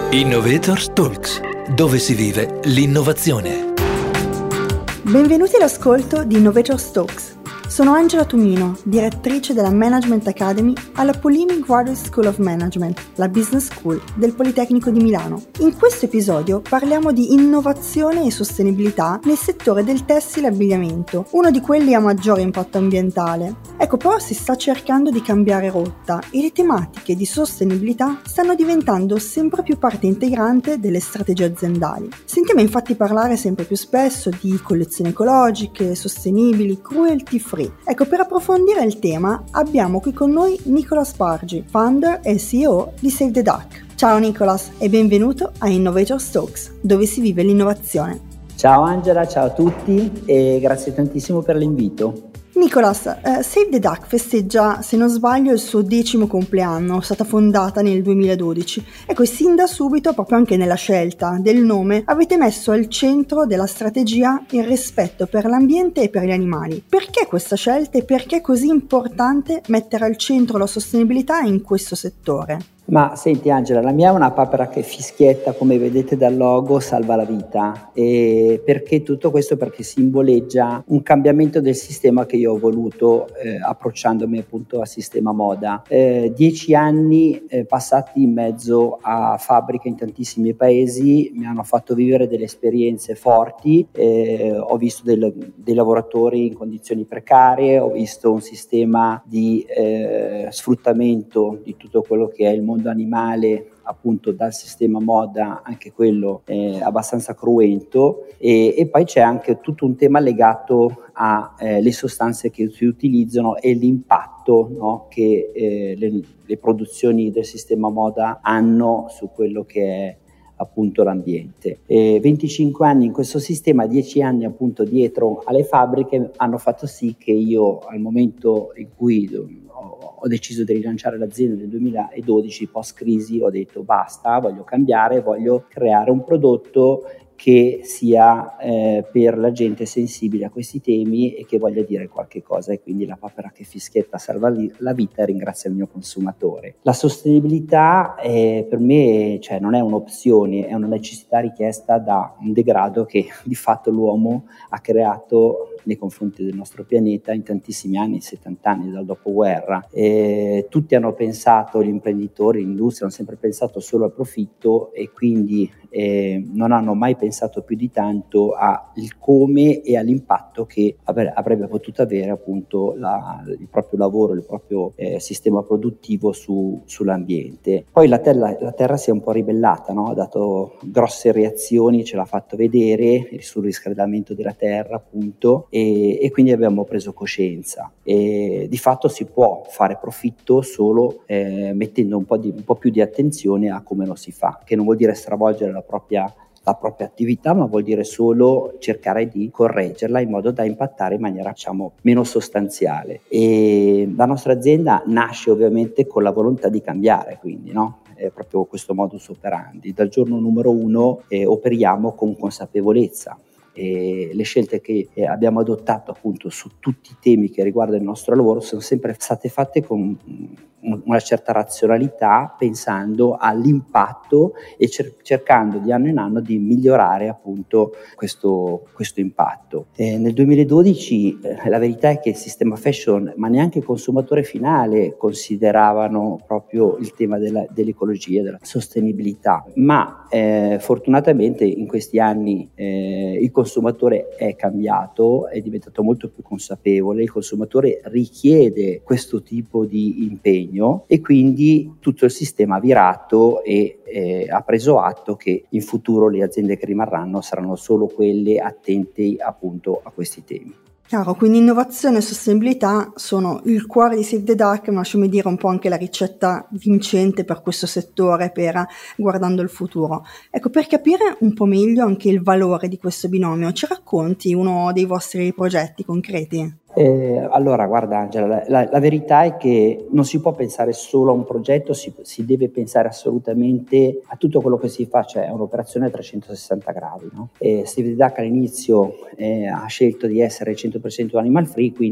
Innovators Talks, dove si vive l'innovazione. Benvenuti all'ascolto di Innovators Talks. Sono Angela Tumino, direttrice della Management Academy alla Polimi Graduate School of Management, la business school del Politecnico di Milano. In questo episodio parliamo di innovazione e sostenibilità nel settore del tessile e abbigliamento, uno di quelli a maggiore impatto ambientale. Ecco, però si sta cercando di cambiare rotta e le tematiche di sostenibilità stanno diventando sempre più parte integrante delle strategie aziendali. Sentiamo infatti parlare sempre più spesso di collezioni ecologiche, sostenibili, cruelty free. Ecco, per approfondire il tema abbiamo qui con noi Nicolas Spargi, founder e CEO di Save the Duck. Ciao Nicolas e benvenuto a Innovators Talks, dove si vive l'innovazione. Ciao Angela, ciao a tutti e grazie tantissimo per l'invito. Nicolas, Save the Duck festeggia, se non sbaglio, il suo 10° compleanno, è stata fondata nel 2012. Ecco, sin da subito, proprio anche nella scelta del nome, avete messo al centro della strategia il rispetto per l'ambiente e per gli animali. Perché questa scelta e perché è così importante mettere al centro la sostenibilità in questo settore? Ma senti Angela, la mia è una papera che fischietta, come vedete dal logo, salva la vita. E perché tutto questo? Perché simboleggia un cambiamento del sistema che io ho voluto approcciandomi appunto al sistema moda. 10 anni passati in mezzo a fabbriche in tantissimi paesi mi hanno fatto vivere delle esperienze forti. Ho visto dei lavoratori in condizioni precarie, ho visto un sistema di sfruttamento di tutto quello che è il mondo animale, appunto dal sistema moda, anche quello abbastanza cruento, e poi c'è anche tutto un tema legato alle sostanze che si utilizzano e l'impatto, no, che le produzioni del sistema moda hanno su quello che è appunto l'ambiente. 25 anni in questo sistema, 10 anni appunto dietro alle fabbriche hanno fatto sì che io, al momento in cui ho deciso di rilanciare l'azienda nel 2012, post crisi, ho detto basta, voglio cambiare, voglio creare un prodotto che sia per la gente sensibile a questi temi e che voglia dire qualche cosa, e quindi la papera che fischietta salva la vita e ringrazia il mio consumatore. La sostenibilità per me, cioè, non è un'opzione, è una necessità richiesta da un degrado che di fatto l'uomo ha creato nei confronti del nostro pianeta in tantissimi anni, 70 anni dal dopoguerra. Tutti hanno pensato, gli imprenditori, l'industria hanno sempre pensato solo al profitto e quindi non hanno mai pensato più di tanto al come e all'impatto che avrebbe potuto avere appunto il proprio lavoro, il proprio sistema produttivo sull'ambiente. Poi la terra si è un po' ribellata, no? Ha dato grosse reazioni, ce l'ha fatto vedere sul riscaldamento della terra appunto, e quindi abbiamo preso coscienza. Di fatto si può fare profitto solo mettendo un po' più di attenzione a come lo si fa, che non vuol dire stravolgere la propria attività, ma vuol dire solo cercare di correggerla in modo da impattare in maniera, diciamo, meno sostanziale. E la nostra azienda nasce ovviamente con la volontà di cambiare, quindi no? È proprio questo modus operandi. Dal giorno numero 1 operiamo con consapevolezza. E le scelte che abbiamo adottato appunto su tutti i temi che riguardano il nostro lavoro sono sempre state fatte con una certa razionalità, pensando all'impatto e cercando di anno in anno di migliorare appunto questo impatto. Nel 2012 la verità è che il sistema fashion, ma neanche il consumatore finale, consideravano proprio il tema dell'ecologia, della sostenibilità, ma fortunatamente in questi anni il consumatore è cambiato, è diventato molto più consapevole, il consumatore richiede questo tipo di impegno e quindi tutto il sistema ha virato e ha preso atto che in futuro le aziende che rimarranno saranno solo quelle attente appunto a questi temi. Chiaro, quindi innovazione e sostenibilità sono il cuore di Save the Duck, ma lasciami dire un po' anche la ricetta vincente per questo settore, guardando il futuro. Ecco, per capire un po' meglio anche il valore di questo binomio, ci racconti uno dei vostri progetti concreti? Allora, guarda Angela, la verità è che non si può pensare solo a un progetto, si deve pensare assolutamente a tutto quello che si fa, cioè è un'operazione a 360 gradi. No? Save the Duck all'inizio ha scelto di essere 100% animal free, quindi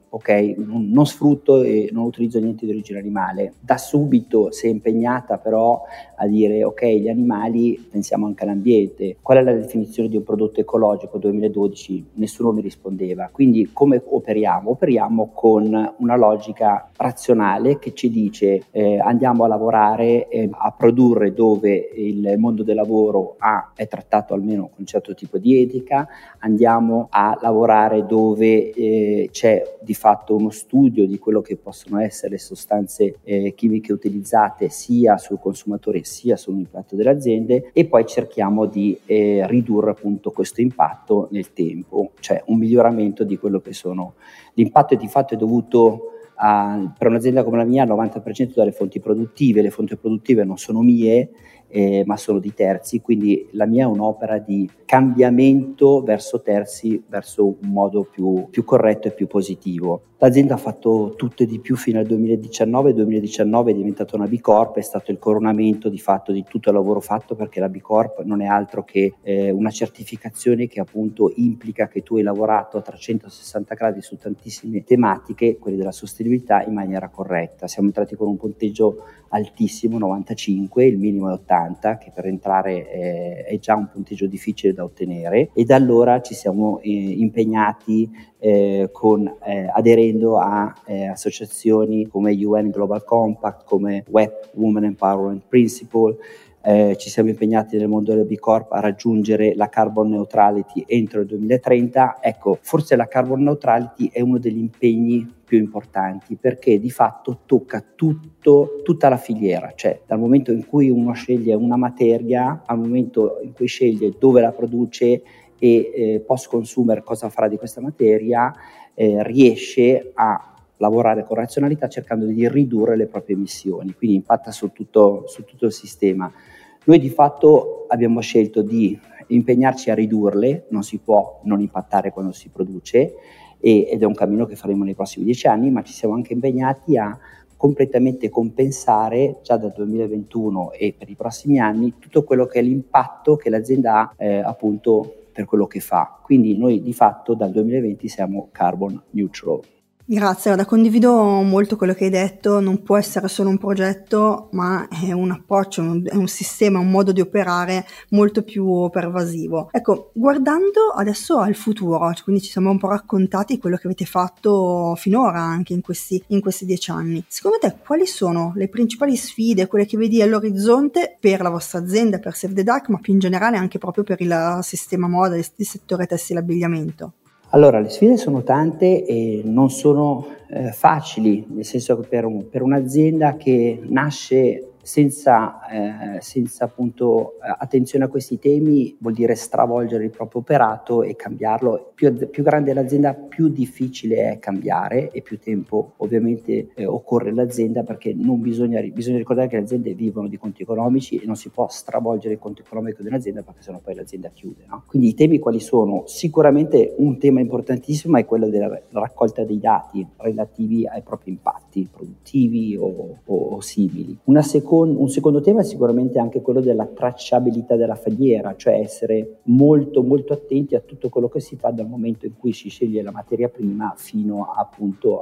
ok? Non sfrutto e non utilizzo niente di origine animale. Da subito si è impegnata però a dire ok, gli animali, pensiamo anche all'ambiente. Qual è la definizione di un prodotto ecologico? 2012 nessuno mi rispondeva. Quindi come operiamo? Operiamo con una logica razionale che ci dice andiamo a lavorare, a produrre dove il mondo del lavoro è trattato almeno con un certo tipo di etica, andiamo a lavorare dove c'è di fatto uno studio di quello che possono essere le sostanze chimiche utilizzate sia sul consumatore sia sull'impatto delle aziende, e poi cerchiamo di ridurre appunto questo impatto nel tempo, cioè un miglioramento di quello che sono. L'impatto di fatto è dovuto per un'azienda come la mia al 90% dalle fonti produttive. Le fonti produttive non sono mie, ma sono di terzi, quindi la mia è un'opera di cambiamento verso terzi, verso un modo più corretto e più positivo. L'azienda ha fatto tutto e di più fino al 2019. Il 2019 è diventata una B Corp, è stato il coronamento di fatto di tutto il lavoro fatto, perché la B Corp non è altro che una certificazione che appunto implica che tu hai lavorato a 360 gradi su tantissime tematiche, quelle della sostenibilità, in maniera corretta. Siamo entrati con un punteggio altissimo, 95, il minimo è 80, che per entrare è già un punteggio difficile da ottenere, e da allora ci siamo impegnati aderendo a associazioni come UN Global Compact, come Web Women Empowerment Principle. Ci siamo impegnati nel mondo della B Corp a raggiungere la carbon neutrality entro il 2030. Ecco, forse la carbon neutrality è uno degli impegni più importanti, perché di fatto tocca tutta la filiera, cioè dal momento in cui uno sceglie una materia al momento in cui sceglie dove la produce e post consumer cosa farà di questa materia, riesce a lavorare con razionalità cercando di ridurre le proprie emissioni, quindi impatta su tutto il sistema. Noi di fatto abbiamo scelto di impegnarci a ridurle, non si può non impattare quando si produce, ed è un cammino che faremo nei prossimi 10 anni, ma ci siamo anche impegnati a completamente compensare già dal 2021 e per i prossimi anni tutto quello che è l'impatto che l'azienda ha appunto per quello che fa. Quindi noi di fatto dal 2020 siamo carbon neutral. Grazie, guarda, condivido molto quello che hai detto. Non può essere solo un progetto, ma è un approccio, è un sistema, un modo di operare molto più pervasivo. Ecco, guardando adesso al futuro, quindi ci siamo un po' raccontati quello che avete fatto finora anche in questi 10 anni. Secondo te quali sono le principali sfide, quelle che vedi all'orizzonte per la vostra azienda, per Save the Duck, ma più in generale anche proprio per il sistema moda, il settore tessile e abbigliamento? Allora, le sfide sono tante e non sono facili, nel senso che per un'azienda che nasce senza appunto attenzione a questi temi vuol dire stravolgere il proprio operato e cambiarlo. Più grande è l'azienda, più difficile è cambiare e più tempo ovviamente occorre all'azienda, perché bisogna ricordare che le aziende vivono di conti economici e non si può stravolgere il conto economico di un'azienda, perché sennò poi l'azienda chiude, no? Quindi i temi quali sono? Sicuramente un tema importantissimo è quello della raccolta dei dati relativi ai propri impatti produttivi o simili. Un secondo tema è sicuramente anche quello della tracciabilità della filiera, cioè essere molto molto attenti a tutto quello che si fa dal momento in cui si sceglie la materia prima fino appunto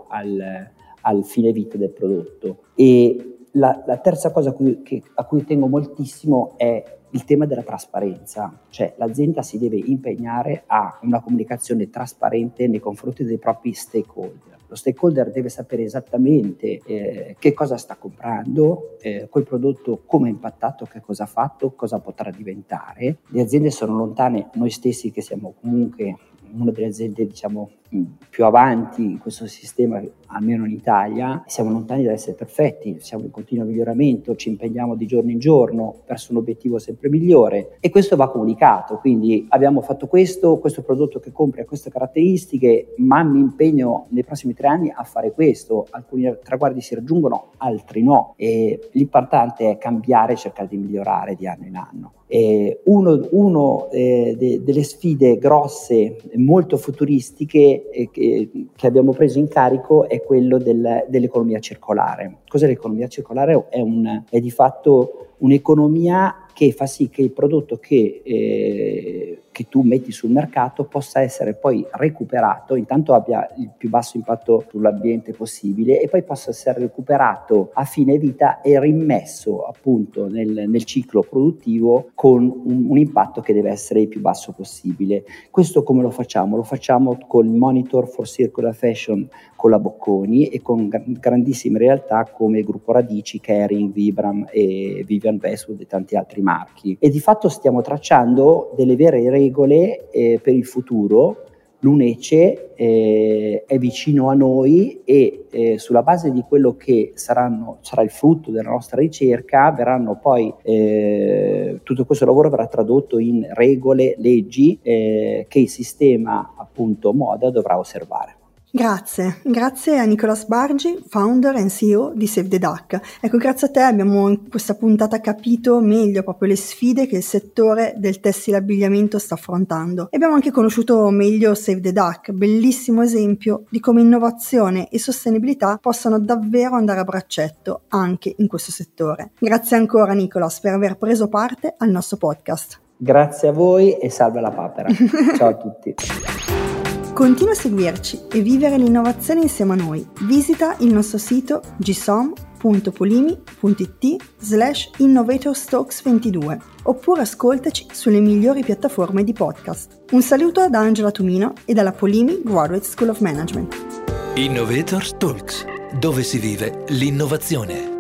al fine vita del prodotto. E la terza cosa a cui tengo moltissimo è il tema della trasparenza, cioè l'azienda si deve impegnare a una comunicazione trasparente nei confronti dei propri stakeholder. Lo stakeholder deve sapere esattamente che cosa sta comprando, quel prodotto come è impattato, che cosa ha fatto, cosa potrà diventare. Le aziende sono lontane, noi stessi che siamo comunque una delle aziende diciamo più avanti in questo sistema, almeno in Italia, siamo lontani da essere perfetti, siamo in continuo miglioramento, ci impegniamo di giorno in giorno verso un obiettivo sempre migliore e questo va comunicato. Quindi abbiamo fatto questo prodotto che compri ha queste caratteristiche, ma mi impegno nei prossimi 3 anni a fare questo, alcuni traguardi si raggiungono, altri no, e l'importante è cambiare e cercare di migliorare di anno in anno. Uno delle sfide grosse e molto futuristiche che abbiamo preso in carico è quello dell'economia circolare. Cos'è l'economia circolare? È di fatto un'economia che fa sì che il prodotto che tu metti sul mercato possa essere poi recuperato, intanto abbia il più basso impatto sull'ambiente possibile e poi possa essere recuperato a fine vita e rimesso appunto nel ciclo produttivo con un impatto che deve essere il più basso possibile. Questo come lo facciamo? Lo facciamo con il Monitor for Circular Fashion con la Bocconi e con grandissime realtà come il Gruppo Radici, Kering, Vibram e Vivian Westwood e tanti altri marchi. E di fatto stiamo tracciando delle vere regole per il futuro. L'UNECE è vicino a noi e sulla base di quello che sarà il frutto della nostra ricerca verranno poi tutto questo lavoro verrà tradotto in regole, leggi che il sistema appunto moda dovrà osservare. Grazie a Nicola Sbargi, founder and CEO di Save the Duck. Ecco, grazie a te abbiamo in questa puntata capito meglio proprio le sfide che il settore del tessile abbigliamento sta affrontando e abbiamo anche conosciuto meglio Save the Duck, bellissimo esempio di come innovazione e sostenibilità possano davvero andare a braccetto anche in questo settore. Grazie ancora Nicolas per aver preso parte al nostro podcast. Grazie a voi e salve la papera. Ciao a tutti. Continua a seguirci e vivere l'innovazione insieme a noi. Visita il nostro sito gsom.polimi.it/innovatorstalks22 oppure ascoltaci sulle migliori piattaforme di podcast. Un saluto da Angela Tumino e dalla Polimi Graduate School of Management. Innovators Talks, dove si vive l'innovazione.